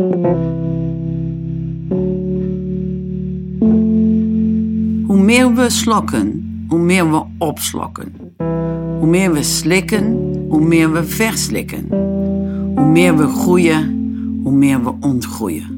Hoe meer we slokken, hoe meer we opslokken. Hoe meer we slikken, hoe meer we verslikken. Hoe meer we groeien, hoe meer we ontgroeien.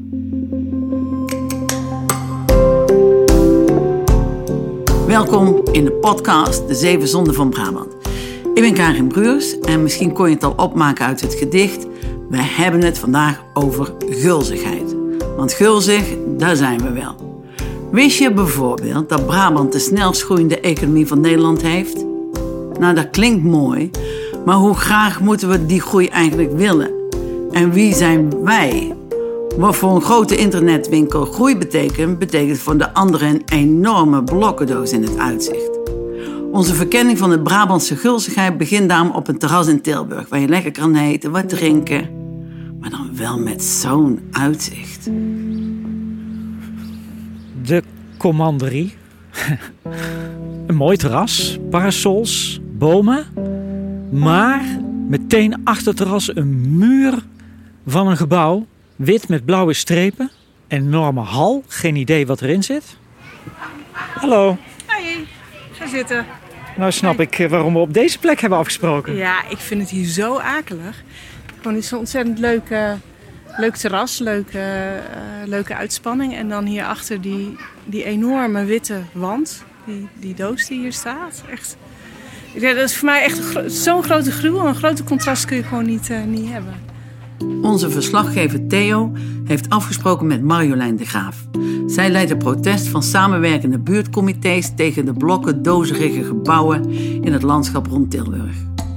Welkom in de podcast De 7 Zonden van Brabant. Ik ben Karin Bruurs en misschien kon je het al opmaken uit het gedicht. We hebben het vandaag over gulzigheid. Want gulzig, daar zijn we wel. Wist je bijvoorbeeld dat Brabant de snelst groeiende economie van Nederland heeft? Nou, dat klinkt mooi, maar hoe graag moeten we die groei eigenlijk willen? En wie zijn wij? Wat voor een grote internetwinkel groei betekent voor de anderen een enorme blokkendoos in het uitzicht. Onze verkenning van de Brabantse gulzigheid begint daarom op een terras in Tilburg, waar je lekker kan eten, wat drinken, maar dan wel met zo'n uitzicht. De commanderie. Een mooi terras, parasols, bomen, maar meteen achter het terras een muur van een gebouw. Wit met blauwe strepen. Een enorme hal. Geen idee wat erin zit. Hallo. Hoi, ga zitten. Nou snap ik waarom we op deze plek hebben afgesproken. Ja, ik vind het hier zo akelig. Gewoon is zo'n ontzettend leuk terras, leuke uitspanning. En dan hierachter die enorme witte wand. Die doos die hier staat. Echt. Ja, dat is voor mij echt zo'n grote gruwel. Een grote contrast kun je gewoon niet hebben. Onze verslaggever Theo heeft afgesproken met Marjolein de Graaf. Zij leidt een protest van samenwerkende buurtcomité's tegen de blokken dozerige gebouwen in het landschap rond Tilburg.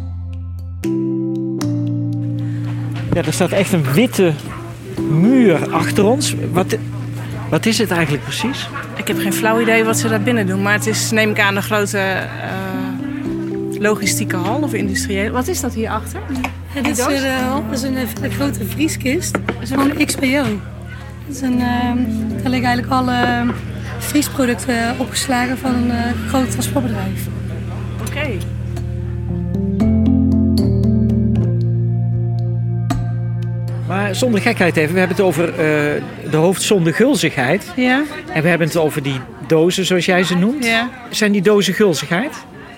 Ja, er staat echt een witte muur achter ons. Wat is het eigenlijk precies? Ik heb geen flauw idee wat ze daar binnen doen. Maar het is, neem ik aan, een grote logistieke hal of industriële. Wat is dat hierachter? Ja, dit is een grote vrieskist van XPO. Daar liggen eigenlijk alle vriesproducten opgeslagen van een groot transportbedrijf. Oké. Maar zonder gekheid even, we hebben het over de hoofdzonde gulzigheid. Ja. En we hebben het over die dozen, zoals jij ze noemt. Ja. Zijn die dozen gulzigheid?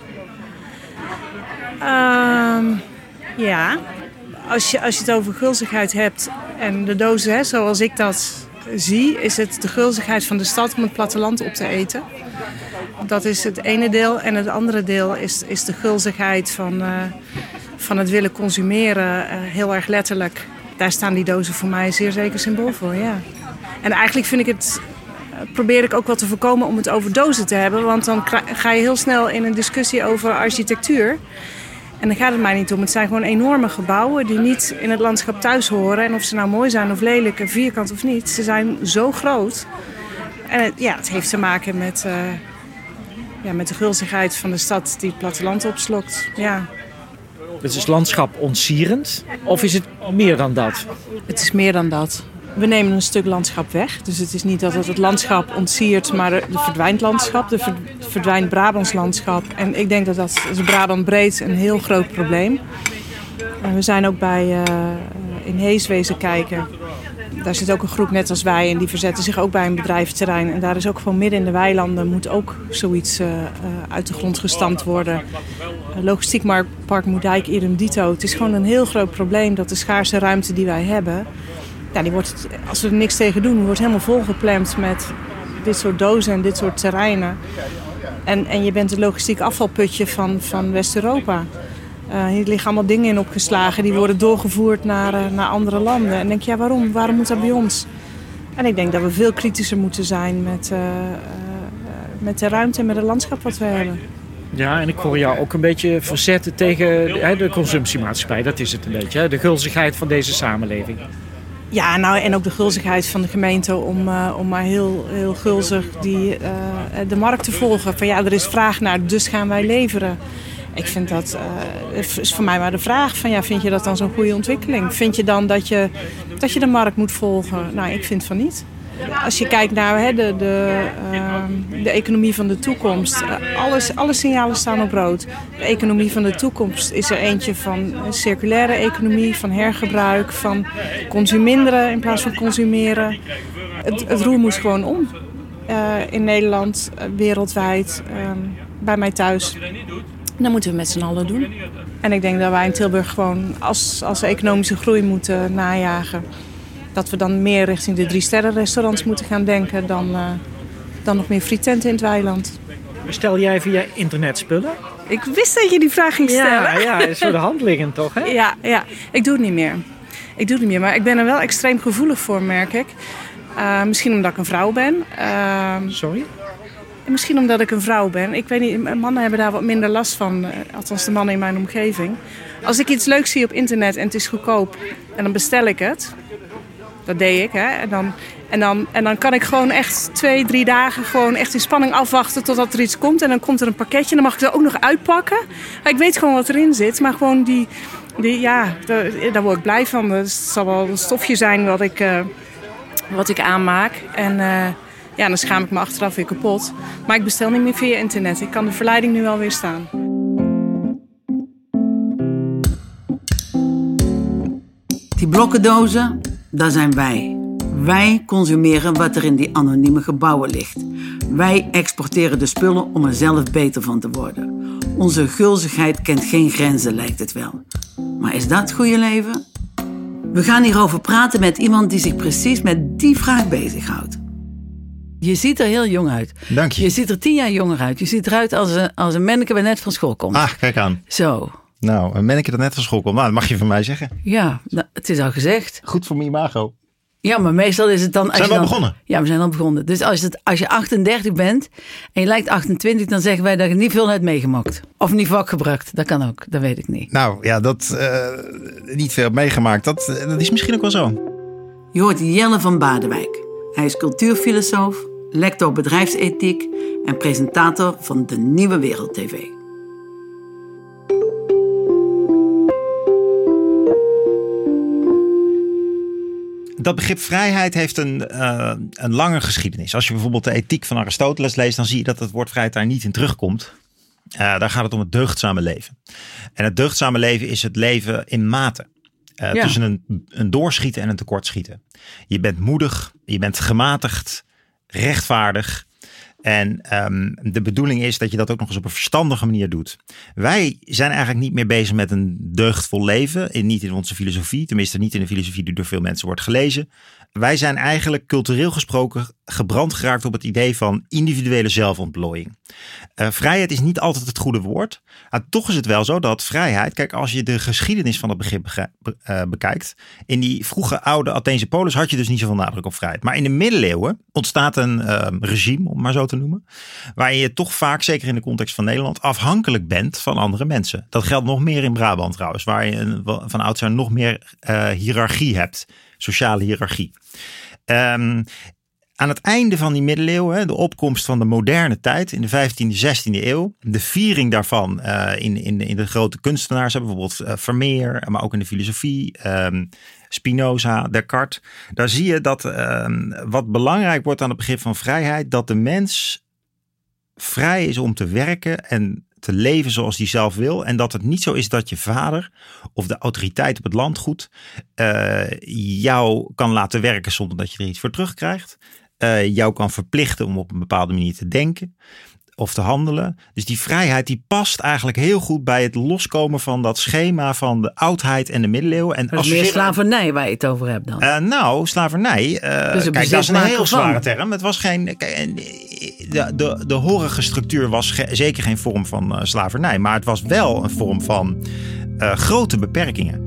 Ja. Als je het over gulzigheid hebt en de dozen, zoals ik dat zie, is het de gulzigheid van de stad om het platteland op te eten. Dat is het ene deel. En het andere deel is de gulzigheid van het willen consumeren, heel erg letterlijk. Daar staan die dozen voor mij zeer zeker symbool voor, ja. En eigenlijk probeer ik ook wel te voorkomen om het over dozen te hebben. Want dan ga je heel snel in een discussie over architectuur. En daar gaat het mij niet om. Het zijn gewoon enorme gebouwen die niet in het landschap thuis horen. En of ze nou mooi zijn of lelijk, vierkant of niet. Ze zijn zo groot. En het heeft te maken met de gulzigheid van de stad die het platteland opslokt. Ja. Het is landschap ontzierend. Of is het meer dan dat? Het is meer dan dat. We nemen een stuk landschap weg. Dus het is niet dat het landschap ontsiert, maar er verdwijnt landschap. Er verdwijnt Brabants landschap. En ik denk dat is Brabant breed een heel groot probleem. We zijn ook in Heeswezen kijken. Daar zit ook een groep net als wij en die verzetten zich ook bij een bedrijventerrein. En daar is ook gewoon midden in de weilanden moet ook zoiets uit de grond gestampt worden. Logistiek Park Moerdijk, idem dito. Het is gewoon een heel groot probleem dat de schaarse ruimte die wij hebben, ja, die wordt, als we er niks tegen doen, wordt helemaal volgeplemd met dit soort dozen en dit soort terreinen. En je bent het logistiek afvalputje van West-Europa. Hier liggen allemaal dingen in opgeslagen. Die worden doorgevoerd naar andere landen. En dan denk je, ja, waarom? Waarom moet dat bij ons? En ik denk dat we veel kritischer moeten zijn met de ruimte en met het landschap wat we hebben. Ja, en ik hoor jou ook een beetje verzetten tegen de consumptiemaatschappij. Dat is het een beetje, de gulzigheid van deze samenleving. Ja, nou, en ook de gulzigheid van de gemeente om maar heel, heel gulzig de markt te volgen. Van ja, er is vraag naar, dus gaan wij leveren. Ik vind dat, is voor mij maar de vraag van ja, vind je dat dan zo'n goede ontwikkeling? Vind je dan dat je de markt moet volgen? Nou, ik vind van niet. Als je kijkt naar de economie van de toekomst. Alle signalen staan op rood. De economie van de toekomst is er eentje van circulaire economie, van hergebruik, van consuminderen in plaats van consumeren. Het roer moest gewoon om. In Nederland, wereldwijd, bij mij thuis. Dat moeten we met z'n allen doen. En ik denk dat wij in Tilburg gewoon als economische groei moeten najagen. Dat we dan meer richting de 3-sterren restaurants moeten gaan denken dan nog meer frietenten in het weiland. Bestel jij via internet spullen? Ik wist dat je die vraag ging stellen. Ja, is voor de hand liggend toch, hè? Ja, ik doe het niet meer. Maar ik ben er wel extreem gevoelig voor, merk ik. Misschien omdat ik een vrouw ben. Sorry? Misschien omdat ik een vrouw ben. Ik weet niet, mannen hebben daar wat minder last van. Althans de mannen in mijn omgeving. Als ik iets leuks zie op internet en het is goedkoop en dan bestel ik het. Dat deed ik, hè. En dan kan ik gewoon echt 2-3 dagen gewoon echt in spanning afwachten totdat er iets komt. En dan komt er een pakketje en dan mag ik er ook nog uitpakken. Maar ik weet gewoon wat erin zit. Maar gewoon daar word ik blij van. Het zal wel een stofje zijn wat ik aanmaak. En dan schaam ik me achteraf weer kapot. Maar ik bestel niet meer via internet. Ik kan de verleiding nu wel weerstaan. Die blokkendozen, dat zijn wij. Wij consumeren wat er in die anonieme gebouwen ligt. Wij exporteren de spullen om er zelf beter van te worden. Onze gulzigheid kent geen grenzen, lijkt het wel. Maar is dat het goede leven? We gaan hierover praten met iemand die zich precies met die vraag bezighoudt. Je ziet er heel jong uit. Dank je. Je ziet er 10 jaar jonger uit. Je ziet eruit als een manneke dat net van school komt. Ah, kijk aan. Zo. Nou, een manneke dat net van school komt. Nou, dat mag je van mij zeggen. Ja, het is al gezegd. Goed voor mijn imago. Ja, maar meestal is het dan... Zijn we al begonnen? Ja, we zijn al begonnen. Dus als je 38 bent en je lijkt 28... dan zeggen wij dat je niet veel hebt meegemaakt. Of niet vak gebruikt. Dat kan ook. Dat weet ik niet. Nou ja, dat niet veel meegemaakt. Dat is misschien ook wel zo. Je hoort Jelle van Badewijk. Hij is cultuurfilosoof, lector bedrijfsethiek... en presentator van De Nieuwe Wereld TV. Dat begrip vrijheid heeft een lange geschiedenis. Als je bijvoorbeeld de ethiek van Aristoteles leest, dan zie je dat het woord vrijheid daar niet in terugkomt. Daar gaat het om het deugdzame leven. En het deugdzame leven is het leven in mate. Tussen een doorschieten en een tekortschieten. Je bent moedig, je bent gematigd, rechtvaardig. En de bedoeling is dat je dat ook nog eens op een verstandige manier doet. Wij zijn eigenlijk niet meer bezig met een deugdvol leven. Niet in onze filosofie. Tenminste niet in de filosofie die door veel mensen wordt gelezen. Wij zijn eigenlijk cultureel gesproken gebrand geraakt op het idee van individuele zelfontplooiing. Vrijheid is niet altijd het goede woord. Toch is het wel zo dat vrijheid... Kijk, als je de geschiedenis van het begrip bekijkt... in die vroege oude Atheense polis had je dus niet zoveel nadruk op vrijheid. Maar in de middeleeuwen ontstaat een regime, om maar zo te noemen... waarin je toch vaak, zeker in de context van Nederland... afhankelijk bent van andere mensen. Dat geldt nog meer in Brabant trouwens... waar je van oudsher nog meer hiërarchie hebt. Sociale hiërarchie. Aan het einde van die middeleeuwen, de opkomst van de moderne tijd in de 15e, 16e eeuw, de viering daarvan in de grote kunstenaars, bijvoorbeeld Vermeer, maar ook in de filosofie, Spinoza, Descartes. Daar zie je dat wat belangrijk wordt aan het begrip van vrijheid, dat de mens vrij is om te werken en te leven zoals hij zelf wil. En dat het niet zo is dat je vader of de autoriteit op het landgoed jou kan laten werken zonder dat je er iets voor terugkrijgt. Jou kan verplichten om op een bepaalde manier te denken of te handelen. Dus die vrijheid die past eigenlijk heel goed bij het loskomen van dat schema van de oudheid en de middeleeuwen. En dat is meer slavernij waar je het over hebt dan. Nou, slavernij. Dus kijk, dat is een heel zware term. Het was geen. De horige structuur was zeker geen vorm van slavernij. Maar het was wel een vorm van grote beperkingen.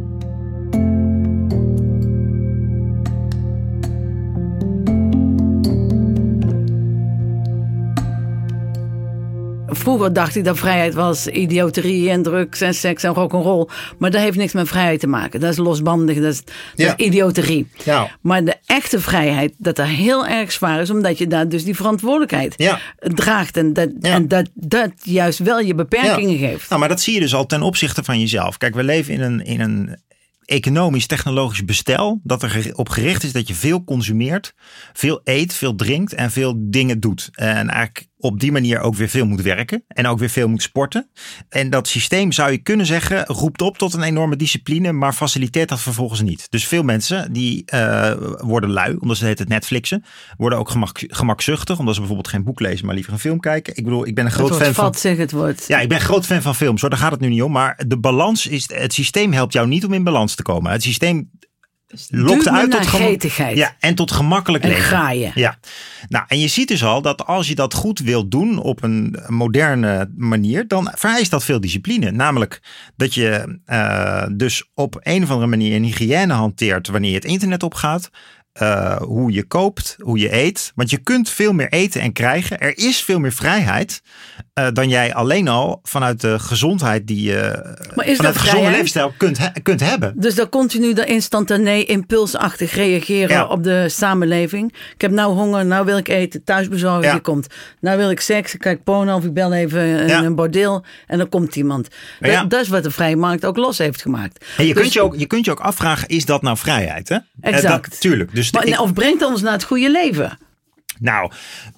Vroeger dacht ik dat vrijheid was idioterie en drugs en seks en rock'n'roll. Maar dat heeft niks met vrijheid te maken. Dat is losbandig, dat is idioterie. Ja. Maar de echte vrijheid, dat heel erg zwaar is, omdat je daar dus die verantwoordelijkheid draagt. En dat juist wel je beperkingen geeft. Nou, maar dat zie je dus al ten opzichte van jezelf. Kijk, we leven economisch, technologisch bestel dat er op gericht is dat je veel consumeert, veel eet, veel drinkt en veel dingen doet. En eigenlijk op die manier ook weer veel moet werken en ook weer veel moet sporten. En dat systeem, zou je kunnen zeggen, roept op tot een enorme discipline, maar faciliteert dat vervolgens niet. Dus veel mensen die worden lui, omdat ze het Netflixen, worden ook gemakzuchtig, omdat ze bijvoorbeeld geen boek lezen, maar liever een film kijken. Ik bedoel, ik ben een groot fan van... Ja, ik ben een groot fan van films, hoor. Daar gaat het nu niet om. Maar de balans is, het systeem helpt jou niet om in balans te komen. Het systeem lokt uit tot gretigheid. Ja, en tot gemakkelijk leven. Graaien. Ja. Nou, en je ziet dus al dat als je dat goed wilt doen op een moderne manier, dan vereist dat veel discipline. Namelijk dat je dus op een of andere manier een hygiëne hanteert wanneer je het internet opgaat. Hoe je koopt, hoe je eet. Want je kunt veel meer eten en krijgen. Er is veel meer vrijheid dan jij alleen al vanuit de gezondheid die je vanuit de gezonde levensstijl kunt hebben. Dus dan continu dat instantanee, impulsachtig reageren op de samenleving. Ik heb nou honger, nou wil ik eten, thuisbezorging komt. Nou wil ik seks, ik kijk porno of ik bel even in een bordeel en dan komt iemand. Dat is wat de vrije markt ook los heeft gemaakt. En je kunt je ook afvragen, is dat nou vrijheid? Hè? Exact. Tuurlijk. Dus of brengt ons naar het goede leven? Nou,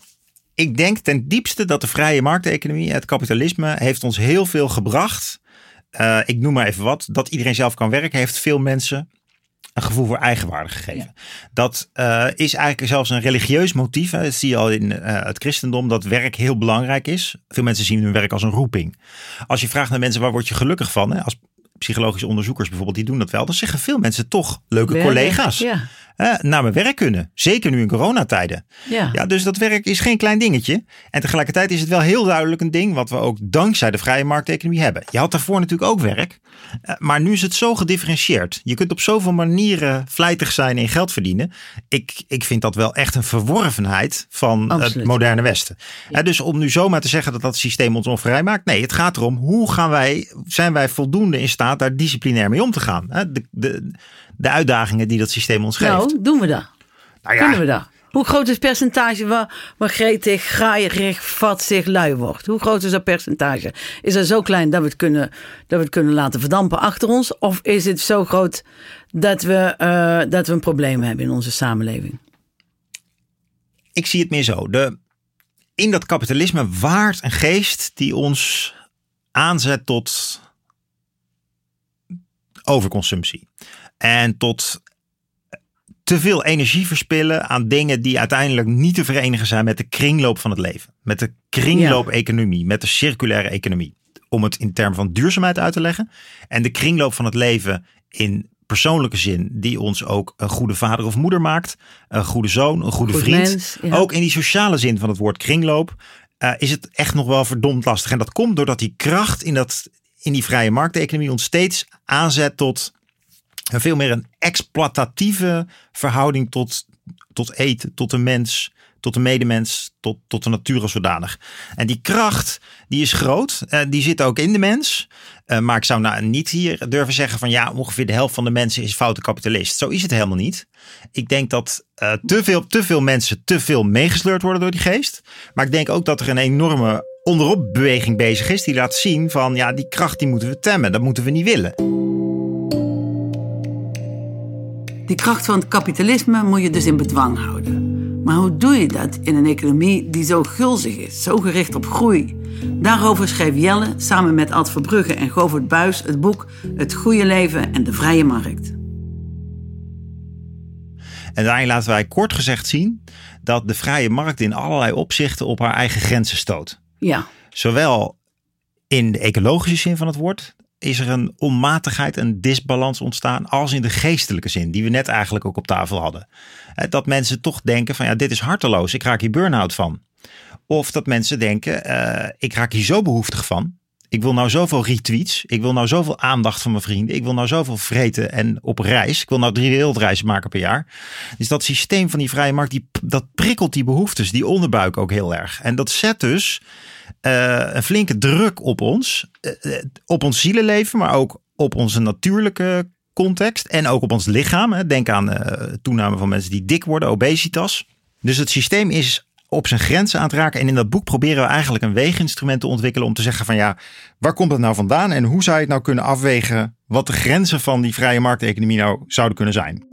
ik denk ten diepste dat de vrije markteconomie, het kapitalisme, heeft ons heel veel gebracht. Ik noem maar even wat. Dat iedereen zelf kan werken, heeft veel mensen een gevoel voor eigenwaarde gegeven. Ja. Dat is eigenlijk zelfs een religieus motief. Hè. Dat zie je al in het christendom, dat werk heel belangrijk is. Veel mensen zien hun werk als een roeping. Als je vraagt naar mensen, waar word je gelukkig van? Hè? Als psychologische onderzoekers bijvoorbeeld, die doen dat wel. Dan zeggen veel mensen toch leuke collega's. Ja. Naar mijn werk kunnen. Zeker nu in coronatijden. Ja, dus dat werk is geen klein dingetje. En tegelijkertijd is het wel heel duidelijk een ding wat we ook dankzij de vrije markteconomie hebben. Je had daarvoor natuurlijk ook werk. Maar nu is het zo gedifferentieerd. Je kunt op zoveel manieren vlijtig zijn en geld verdienen. Ik vind dat wel echt een verworvenheid van het moderne Westen. Ja. Dus om nu zomaar te zeggen dat dat systeem ons onvrij maakt. Nee, het gaat erom, zijn wij voldoende in staat daar disciplinair mee om te gaan? De uitdagingen die dat systeem ons geeft. Nou, doen we dat? Kunnen we dat? Hoe groot is het percentage waar gretig, graaierig, vatzig, lui wordt? Hoe groot is dat percentage? Is dat zo klein dat we het kunnen laten verdampen achter ons? Of is het zo groot dat we een probleem hebben in onze samenleving? Ik zie het meer zo. In dat kapitalisme waart een geest die ons aanzet tot overconsumptie. En tot te veel energie verspillen aan dingen die uiteindelijk niet te verenigen zijn met de kringloop van het leven. Met de kringloop-economie, met de circulaire economie. Om het in termen van duurzaamheid uit te leggen. En de kringloop van het leven in persoonlijke zin, die ons ook een goede vader of moeder maakt. Een goede zoon, een goede vriend. Mens, ook in die sociale zin van het woord kringloop is het echt nog wel verdomd lastig. En dat komt doordat die kracht in die vrije markteconomie ons steeds aanzet tot veel meer een exploitatieve verhouding tot eten, tot de mens, tot de medemens, tot de natuur als zodanig. En die kracht, die is groot. Die zit ook in de mens. Maar ik zou niet hier durven zeggen van ongeveer de helft van de mensen is foute kapitalist. Zo is het helemaal niet. Ik denk dat te veel mensen te veel meegesleurd worden door die geest. Maar ik denk ook dat er een enorme onderopbeweging bezig is die laat zien van die kracht die moeten we temmen. Dat moeten we niet willen. Die kracht van het kapitalisme moet je dus in bedwang houden. Maar hoe doe je dat in een economie die zo gulzig is, zo gericht op groei? Daarover schreef Jelle samen met Ad Verbrugge en Govert Buys het boek Het Goede Leven en de Vrije Markt. En daarin laten wij kort gezegd zien dat de vrije markt in allerlei opzichten op haar eigen grenzen stoot. Ja. Zowel in de ecologische zin van het woord is er een onmatigheid, een disbalans ontstaan, als in de geestelijke zin, die we net eigenlijk ook op tafel hadden. Dat mensen toch denken van dit is harteloos, ik raak hier burn-out van. Of dat mensen denken, ik raak hier zo behoeftig van. Ik wil nou zoveel retweets, ik wil nou zoveel aandacht van mijn vrienden, ik wil nou zoveel vreten en op reis. Ik wil nou 3 wereldreizen maken per jaar. Dus dat systeem van die vrije markt, dat prikkelt die behoeftes, die onderbuik ook heel erg. En dat zet dus een flinke druk op ons zielenleven, maar ook op onze natuurlijke context en ook op ons lichaam. Denk aan toename van mensen die dik worden, obesitas. Dus het systeem is op zijn grenzen aan het raken. En in dat boek proberen we eigenlijk een weeginstrument te ontwikkelen om te zeggen van ja, waar komt dat nou vandaan? En hoe zou je het nou kunnen afwegen wat de grenzen van die vrije markteconomie nou zouden kunnen zijn?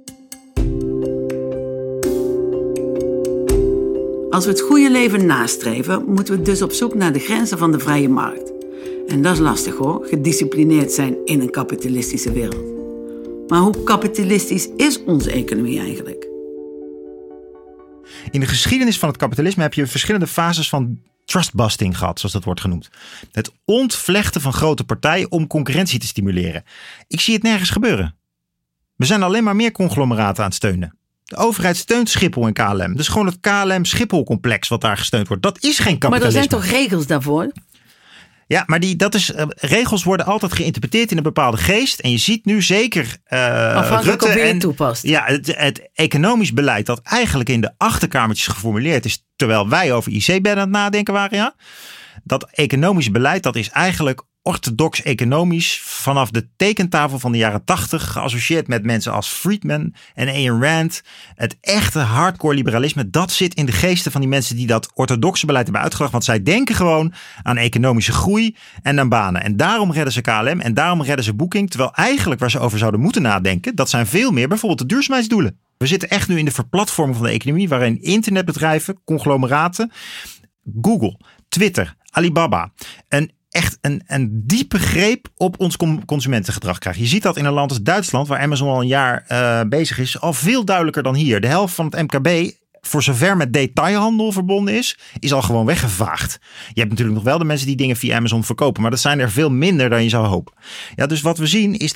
Als we het goede leven nastreven, moeten we dus op zoek naar de grenzen van de vrije markt. En dat is lastig hoor, gedisciplineerd zijn in een kapitalistische wereld. Maar hoe kapitalistisch is onze economie eigenlijk? In de geschiedenis van het kapitalisme heb je verschillende fases van trustbusting gehad, zoals dat wordt genoemd. Het ontvlechten van grote partijen om concurrentie te stimuleren. Ik zie het nergens gebeuren. We zijn alleen maar meer conglomeraten aan het steunen. De overheid steunt Schiphol en KLM. Dus gewoon het KLM-Schiphol-complex wat daar gesteund wordt. Dat is geen kapitalisme. Maar er zijn toch regels daarvoor? Ja, maar regels worden altijd geïnterpreteerd in een bepaalde geest. En je ziet nu zeker afhankelijk Rutte of je het toepast. Ja, het economisch beleid dat eigenlijk in de achterkamertjes geformuleerd is, terwijl wij over IC-bedden aan het nadenken waren. Ja, dat economische beleid, dat is eigenlijk orthodox economisch vanaf de tekentafel van de jaren 80 geassocieerd met mensen als Friedman en Ayn Rand. Het echte hardcore liberalisme, dat zit in de geesten van die mensen die dat orthodoxe beleid hebben uitgebracht. Want zij denken gewoon aan economische groei en aan banen. En daarom redden ze KLM en daarom redden ze Booking. Terwijl eigenlijk waar ze over zouden moeten nadenken, dat zijn veel meer bijvoorbeeld de duurzaamheidsdoelen. We zitten echt nu in de verplatvorming van de economie waarin internetbedrijven, conglomeraten, Google, Twitter, Alibaba, echt een diepe greep op ons consumentengedrag krijgen. Je ziet dat in een land als Duitsland, waar Amazon al een jaar bezig is, al veel duidelijker dan hier. De helft van het MKB, voor zover met detailhandel verbonden is al gewoon weggevaagd. Je hebt natuurlijk nog wel de mensen die dingen via Amazon verkopen, maar dat zijn er veel minder dan je zou hopen. Ja, dus wat we zien is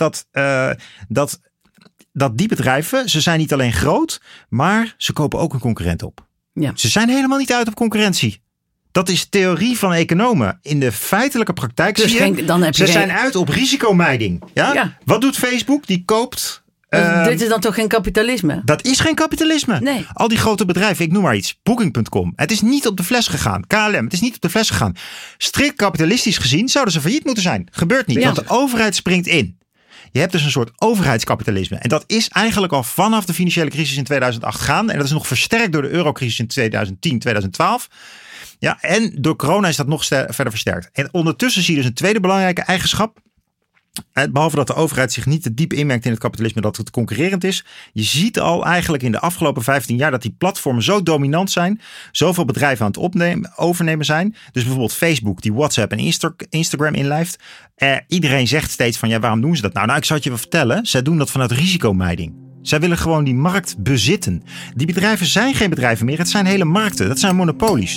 dat die bedrijven, ze zijn niet alleen groot, maar ze kopen ook een concurrent op. Ja. Ze zijn helemaal niet uit op concurrentie. Dat is theorie van economen. In de feitelijke praktijk dus zie je, ze zijn uit op risicomijding. Ja? Ja. Wat doet Facebook? Die koopt... Dit is dan toch geen kapitalisme? Dat is geen kapitalisme. Nee. Al die grote bedrijven, ik noem maar iets. Booking.com. Het is niet op de fles gegaan. KLM, het is niet op de fles gegaan. Strikt kapitalistisch gezien zouden ze failliet moeten zijn. Gebeurt niet, want de overheid springt in. Je hebt dus een soort overheidskapitalisme. En dat is eigenlijk al vanaf de financiële crisis in 2008 gaan. En dat is nog versterkt door de eurocrisis in 2010, 2012. Ja, en door corona is dat nog verder versterkt. En ondertussen zie je dus een tweede belangrijke eigenschap. Behalve dat de overheid zich niet te diep inmengt in het kapitalisme, dat het concurrerend is. Je ziet al eigenlijk in de afgelopen 15 jaar dat die platformen zo dominant zijn. Zoveel bedrijven aan het overnemen zijn. Dus bijvoorbeeld Facebook, die WhatsApp en Instagram inlijft. Iedereen zegt steeds van ja, waarom doen ze dat nou? Nou, ik zal het je wel vertellen. Zij doen dat vanuit risicomijding. Zij willen gewoon die markt bezitten. Die bedrijven zijn geen bedrijven meer. Het zijn hele markten. Dat zijn monopolies.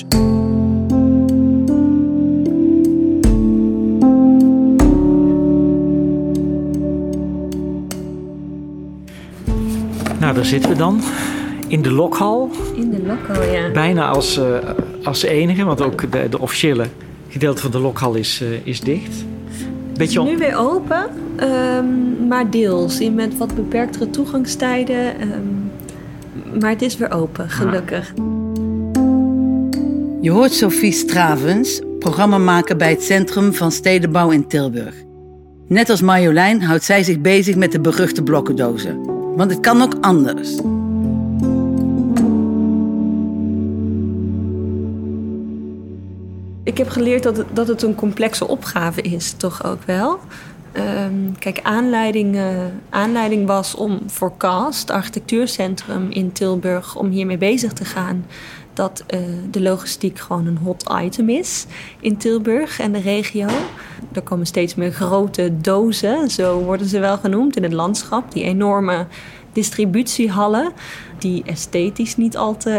Nou, daar zitten we dan. In de lokhal. In de lokhal, ja. Bijna als enige, want ook de officiële gedeelte van de lokhal is dicht. Het is nu weer open, maar deels. Met wat beperktere toegangstijden. Maar het is weer open, gelukkig. Je hoort Sophie Stravens, programmamaker bij het Centrum van Stedenbouw in Tilburg. Net als Marjolein houdt zij zich bezig met de beruchte blokkendozen. Want het kan ook anders. Ik heb geleerd dat het een complexe opgave is, toch ook wel. Kijk, aanleiding was om voor CAST, architectuurcentrum in Tilburg, om hiermee bezig te gaan. Dat de logistiek gewoon een hot item is in Tilburg en de regio. Er komen steeds meer grote dozen, zo worden ze wel genoemd in het landschap. Die enorme distributiehallen, die esthetisch niet al te,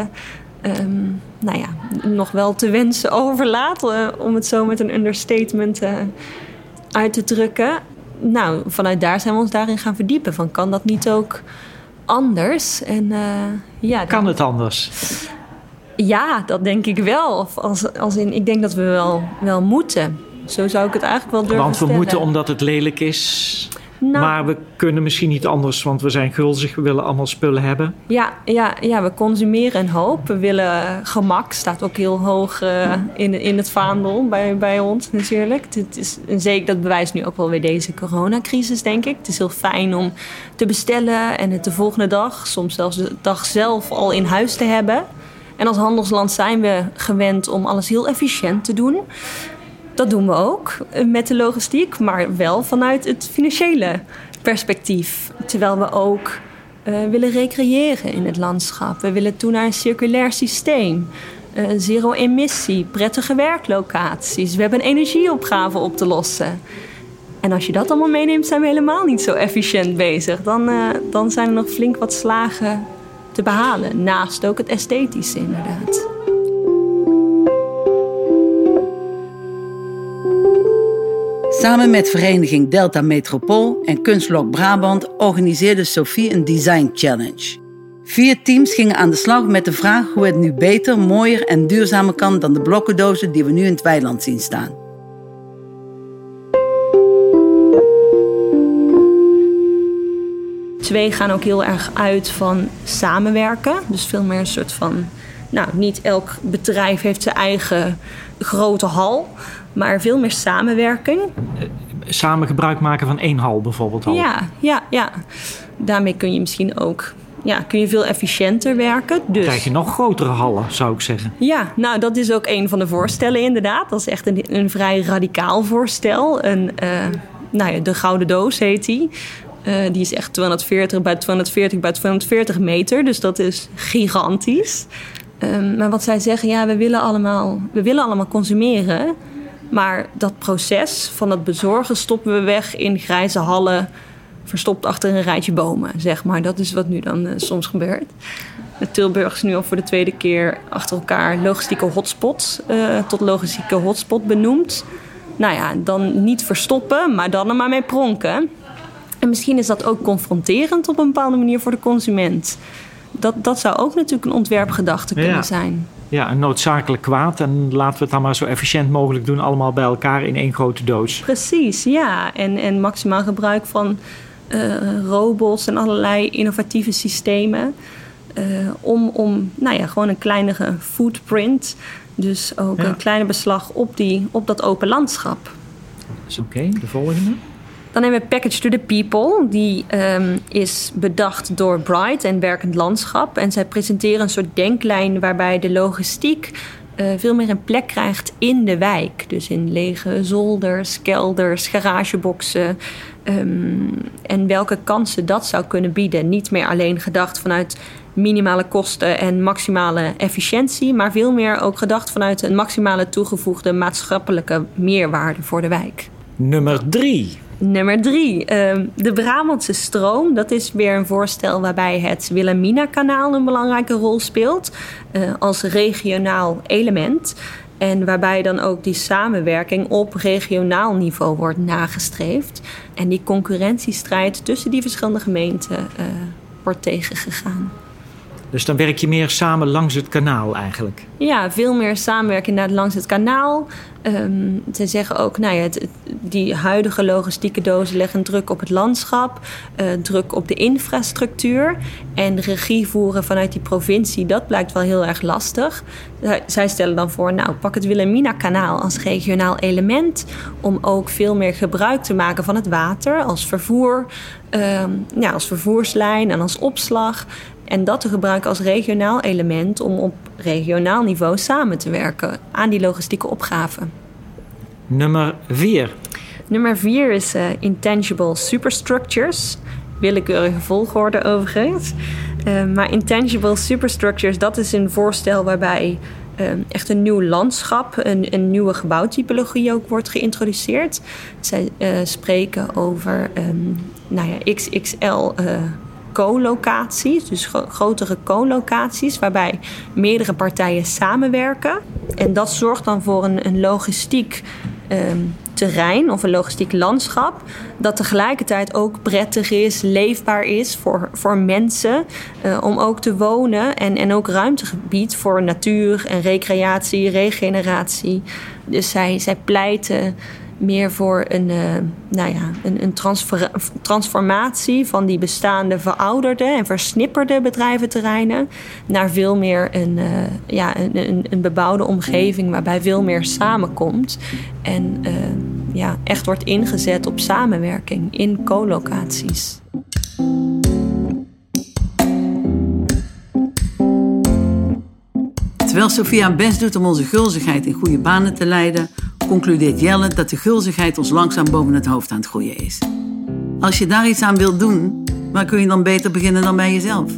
nog wel te wensen overlaat. Om het zo met een understatement uit te drukken. Nou, vanuit daar zijn we ons daarin gaan verdiepen. Van, kan dat niet ook anders? En, kan het anders? Ja, dat denk ik wel. Ik denk dat we wel moeten. Zo zou ik het eigenlijk wel durven stellen. Want we moeten omdat het lelijk is. Nou, maar we kunnen misschien niet anders, want we zijn gulzig. We willen allemaal spullen hebben. Ja, we consumeren een hoop. We willen gemak. Staat ook heel hoog in het vaandel bij ons natuurlijk. Zeker dat bewijst nu ook wel weer deze coronacrisis, denk ik. Het is heel fijn om te bestellen en het de volgende dag, soms zelfs de dag zelf al in huis te hebben. En als handelsland zijn we gewend om alles heel efficiënt te doen. Dat doen we ook met de logistiek, maar wel vanuit het financiële perspectief. Terwijl we ook willen recreëren in het landschap. We willen toe naar een circulair systeem. Zero emissie, prettige werklocaties. We hebben een energieopgave op te lossen. En als je dat allemaal meeneemt, zijn we helemaal niet zo efficiënt bezig. Dan zijn er nog flink wat slagen te behalen. Naast ook het esthetische inderdaad. Samen met vereniging Delta Metropool en Kunstlok Brabant organiseerde Sophie een Design Challenge. 4 teams gingen aan de slag met de vraag hoe het nu beter, mooier en duurzamer kan dan de blokkendozen die we nu in het weiland zien staan. Twee gaan ook heel erg uit van samenwerken. Dus veel meer een soort van... niet elk bedrijf heeft zijn eigen grote hal, maar veel meer samenwerking. Samen gebruik maken van 1 hal bijvoorbeeld al. Ja. Daarmee kun je misschien ook kun je veel efficiënter werken. Dus krijg je nog grotere hallen, zou ik zeggen. Ja, dat is ook een van de voorstellen inderdaad. Dat is echt een vrij radicaal voorstel. De Gouden Doos heet die. Die is echt 240 bij 240 bij 240 meter. Dus dat is gigantisch. Maar wat zij zeggen, we willen allemaal consumeren. Maar dat proces van het bezorgen stoppen we weg in grijze hallen, verstopt achter een rijtje bomen, zeg maar. Dat is wat nu dan soms gebeurt. Tilburg is nu al voor de 2e keer achter elkaar logistieke hotspot tot logistieke hotspot benoemd. Dan niet verstoppen, maar dan er maar mee pronken. En misschien is dat ook confronterend op een bepaalde manier voor de consument. Dat zou ook natuurlijk een ontwerpgedachte kunnen zijn. Ja, een noodzakelijk kwaad. En laten we het dan maar zo efficiënt mogelijk doen. Allemaal bij elkaar in 1 grote doos. Precies, ja. En maximaal gebruik van robots en allerlei innovatieve systemen. Om gewoon een kleinere footprint. Dus ook een kleiner beslag op dat open landschap. Oké, de volgende. Dan hebben we Package to the People. Die is bedacht door Bright en Werkend Landschap. En zij presenteren een soort denklijn waarbij de logistiek veel meer een plek krijgt in de wijk. Dus in lege zolders, kelders, garageboxen. En welke kansen dat zou kunnen bieden. Niet meer alleen gedacht vanuit minimale kosten en maximale efficiëntie, maar veel meer ook gedacht vanuit een maximale toegevoegde maatschappelijke meerwaarde voor de wijk. Nummer 3. De Brabantse stroom. Dat is weer een voorstel waarbij het Wilhelmina-kanaal een belangrijke rol speelt als regionaal element. En waarbij dan ook die samenwerking op regionaal niveau wordt nagestreefd. En die concurrentiestrijd tussen die verschillende gemeenten wordt tegengegaan. Dus dan werk je meer samen langs het kanaal eigenlijk? Ja, veel meer samenwerking langs het kanaal. Ze zeggen ook, die huidige logistieke dozen leggen druk op het landschap, druk op de infrastructuur. En regie voeren vanuit die provincie, dat blijkt wel heel erg lastig. Zij stellen dan voor, pak het Wilhelmina-kanaal als regionaal element, om ook veel meer gebruik te maken van het water als vervoer, als vervoerslijn en als opslag. En dat te gebruiken als regionaal element om op regionaal niveau samen te werken aan die logistieke opgave. Nummer 4. Nummer 4 is Intangible Superstructures. Willekeurige volgorde overigens. Maar Intangible Superstructures, dat is een voorstel waarbij echt een nieuw landschap, een nieuwe gebouwtypologie ook wordt geïntroduceerd. Zij spreken over XXL co-locaties, dus grotere co-locaties, waarbij meerdere partijen samenwerken. En dat zorgt dan voor een logistiek terrein of een logistiek landschap dat tegelijkertijd ook prettig is, leefbaar is voor mensen om ook te wonen en ook ruimtegebied voor natuur en recreatie, regeneratie. Dus zij pleiten meer voor een transformatie van die bestaande verouderde en versnipperde bedrijventerreinen naar veel meer een bebouwde omgeving waarbij veel meer samenkomt en echt wordt ingezet op samenwerking in co-locaties. Terwijl Sophia haar best doet om onze gulzigheid in goede banen te leiden, concludeert Jelle dat de gulzigheid ons langzaam boven het hoofd aan het groeien is. Als je daar iets aan wilt doen, waar kun je dan beter beginnen dan bij jezelf?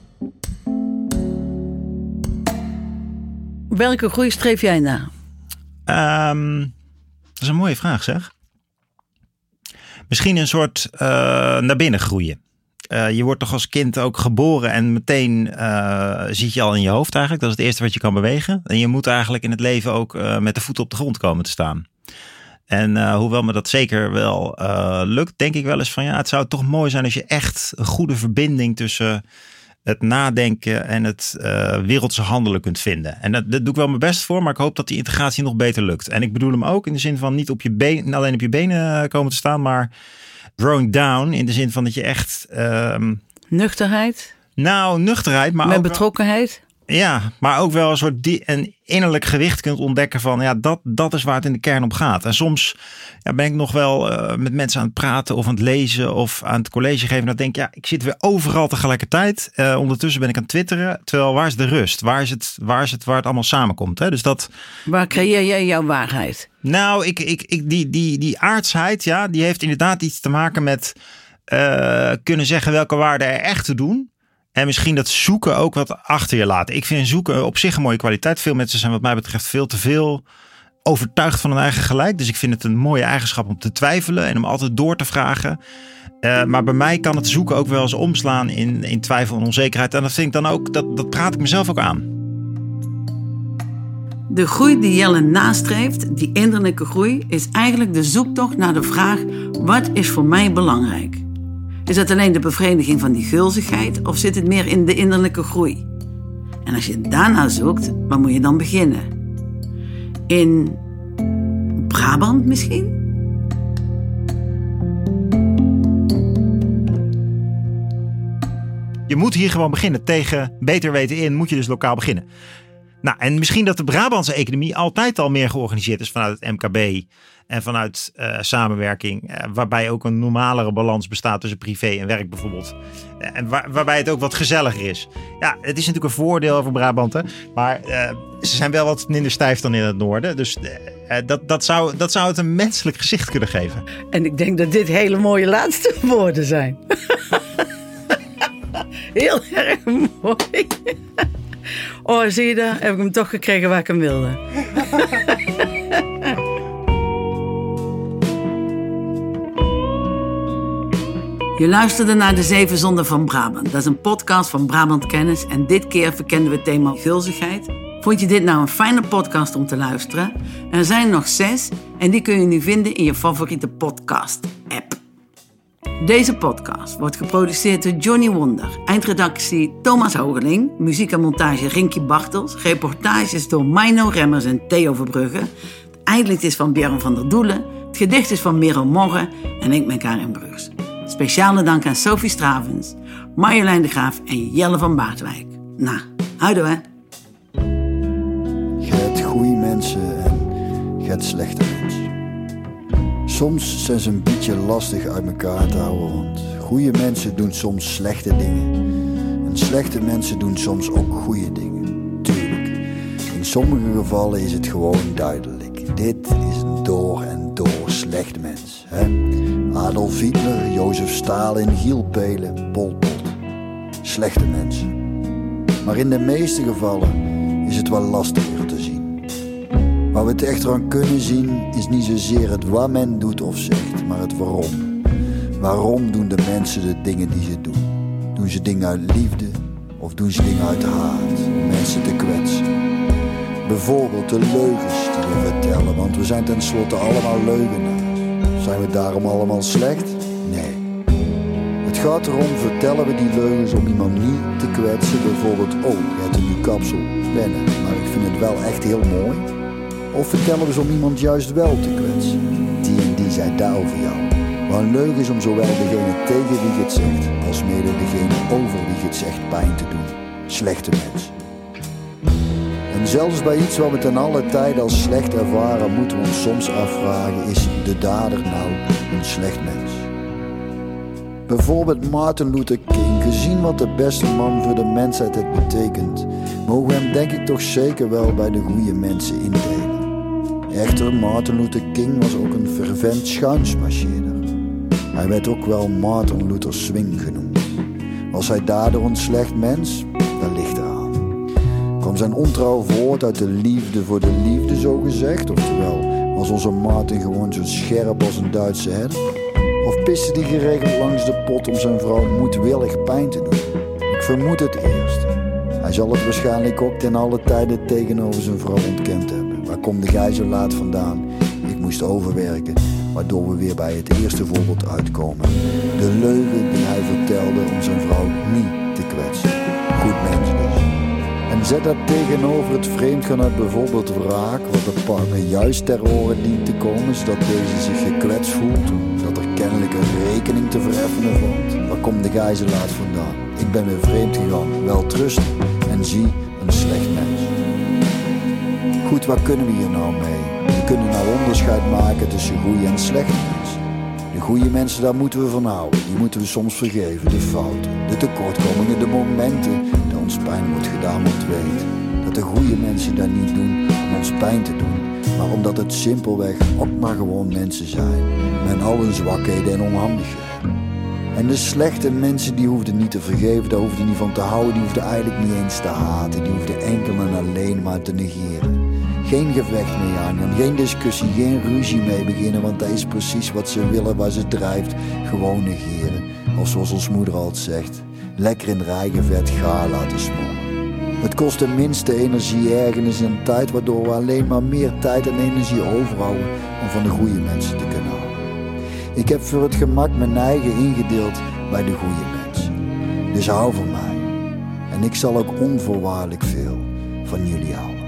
Welke groei streef jij naar? Dat is een mooie vraag, zeg. Misschien een soort naar binnen groeien. Je wordt toch als kind ook geboren en meteen zit je al in je hoofd eigenlijk. Dat is het eerste wat je kan bewegen. En je moet eigenlijk in het leven ook met de voeten op de grond komen te staan. En hoewel me dat zeker wel lukt, denk ik wel eens van het zou toch mooi zijn als je echt een goede verbinding tussen het nadenken en het wereldse handelen kunt vinden. En dat doe ik wel mijn best voor, maar ik hoop dat die integratie nog beter lukt. En ik bedoel hem ook in de zin van niet alleen op je benen komen te staan, maar growing down in de zin van dat je echt... Nuchterheid? Nou, nuchterheid, maar met ook betrokkenheid? Ja, maar ook wel een soort een innerlijk gewicht kunt ontdekken van dat is waar het in de kern om gaat. En soms ben ik nog wel met mensen aan het praten of aan het lezen of aan het college geven. En dan denk ik, ik zit weer overal tegelijkertijd. Ondertussen ben ik aan het twitteren. Terwijl waar is de rust? Waar is het waar het allemaal samenkomt? Hè? Dus waar creëer jij jouw waarheid? Nou, die aardsheid, die heeft inderdaad iets te maken met kunnen zeggen welke waarden er echt te doen. En misschien dat zoeken ook wat achter je laten. Ik vind zoeken op zich een mooie kwaliteit. Veel mensen zijn wat mij betreft veel te veel overtuigd van hun eigen gelijk. Dus ik vind het een mooie eigenschap om te twijfelen en om altijd door te vragen. Maar bij mij kan het zoeken ook wel eens omslaan in twijfel en onzekerheid. En dat vind ik dan ook, dat praat ik mezelf ook aan. De groei die Jelle nastreeft, die innerlijke groei, is eigenlijk de zoektocht naar de vraag: wat is voor mij belangrijk? Is dat alleen de bevrediging van die gulzigheid of zit het meer in de innerlijke groei? En als je daarna zoekt, waar moet je dan beginnen? In Brabant misschien? Je moet hier gewoon beginnen. Tegen beter weten in moet je dus lokaal beginnen. Nou, en misschien dat de Brabantse economie altijd al meer georganiseerd is vanuit het MKB en vanuit samenwerking, waarbij ook een normalere balans bestaat tussen privé en werk bijvoorbeeld. En waarbij het ook wat gezelliger is. Ja, het is natuurlijk een voordeel voor Brabant, hè? Maar ze zijn wel wat minder stijf dan in het noorden. Dus dat zou het een menselijk gezicht kunnen geven. En ik denk dat dit hele mooie laatste woorden zijn. Heel erg mooi. Oh, zie je dat? Heb ik hem toch gekregen waar ik hem wilde. Je luisterde naar De 7 Zonden van Brabant. Dat is een podcast van Brabant Kennis. En dit keer verkenden we het thema gulzigheid. Vond je dit nou een fijne podcast om te luisteren? Er zijn er nog 6 en die kun je nu vinden in je favoriete podcast-app. Deze podcast wordt geproduceerd door Johnny Wonder, eindredactie Thomas Hogeling, muziek en montage Rinkie Bartels, reportages door Mino Remmers en Theo Verbrugge. Het eindlied is van Björn van der Doelen, het gedicht is van Merel Morgen en ik ben Karin Breurs. Speciale dank aan Sophie Stravens, Marjolein de Graaf en Jelle van Baardwijk. Nou, houden we. Je hebt goede mensen en je hebt slechte mensen. Soms zijn ze een beetje lastig uit elkaar te houden, want goede mensen doen soms slechte dingen. En slechte mensen doen soms ook goede dingen. Tuurlijk, in sommige gevallen is het gewoon duidelijk. Dit is een door en door slecht mens. Hè? Adolf Hitler, Jozef Stalin, Giel Belen, Pol Pot. Slechte mensen. Maar in de meeste gevallen is het wel lastiger te zien. Waar we het echt aan kunnen zien is niet zozeer het wat men doet of zegt, maar het waarom. Waarom doen de mensen de dingen die ze doen? Doen ze dingen uit liefde of doen ze dingen uit haat om mensen te kwetsen? Bijvoorbeeld de leugens die we vertellen, want we zijn tenslotte allemaal leugenaars. Zijn we daarom allemaal slecht? Nee. Het gaat erom, vertellen we die leugens om iemand niet te kwetsen? Bijvoorbeeld, oh, je hebt een nieuw kapsel, wennen, maar ik vind het wel echt heel mooi. Of vertellen we ze om iemand juist wel te kwetsen? Die en die zei daar over jou. Maar een leugen is om zowel degene tegen wie je het zegt, als mede degene over wie je het zegt pijn te doen. Slechte mensen. En zelfs bij iets wat we ten alle tijde als slecht ervaren, moeten we ons soms afvragen, is de dader nou een slecht mens? Bijvoorbeeld Martin Luther King. Gezien wat de beste man voor de mensheid het betekent, mogen we hem denk ik toch zeker wel bij de goede mensen indelen. Echter, Martin Luther King was ook een fervent schuinsmarcheerder. Hij werd ook wel Martin Luther Swing genoemd. Was hij daardoor een slecht mens? Dat ligt eraan. Kwam zijn ontrouw voort uit de liefde voor de liefde, zo gezegd? Oftewel, was onze Martin gewoon zo scherp als een Duitse herder? Of piste hij geregeld langs de pot om zijn vrouw moedwillig pijn te doen? Ik vermoed het eerst. Hij zal het waarschijnlijk ook ten alle tijde tegenover zijn vrouw ontkend hebben. Waar komt de gij zo laat vandaan? Ik moest overwerken, waardoor we weer bij het eerste voorbeeld uitkomen. De leugen die hij vertelde om zijn vrouw niet te kwetsen. Goed mens dus. En zet dat tegenover het vreemdgaan uit bijvoorbeeld wraak, wat de partner juist ter oren dient te komen, zodat deze zich gekwetst voelt, dat er kennelijk een rekening te vereffenen valt. Waar komt de gij zo laat vandaan? Ik ben weer vreemd gegaan, wel trust en zie een slecht mens. Goed, wat kunnen we hier nou mee? We kunnen nou onderscheid maken tussen goede en slechte mensen. De goede mensen, daar moeten we van houden. Die moeten we soms vergeven, de fouten, de tekortkomingen, de momenten dat ons pijn wordt gedaan, want weet dat de goede mensen dat niet doen om ons pijn te doen, maar omdat het simpelweg ook maar gewoon mensen zijn, met al hun zwakheden en onhandigheden. En de slechte mensen, die hoefden niet te vergeven, daar hoefden niet van te houden, die hoefden eigenlijk niet eens te haten, die hoefden enkel en alleen maar te negeren. Geen gevecht mee aangaan, geen discussie, geen ruzie mee beginnen, want dat is precies wat ze willen, waar ze drijft. Gewoon negeren. Of zoals ons moeder altijd zegt, lekker in rijgevet gaar laten smoren. Het kost de minste energie, ergernis en tijd, waardoor we alleen maar meer tijd en energie overhouden om van de goede mensen te kunnen houden. Ik heb voor het gemak mijn eigen ingedeeld bij de goede mensen. Dus hou van mij. En ik zal ook onvoorwaardelijk veel van jullie houden.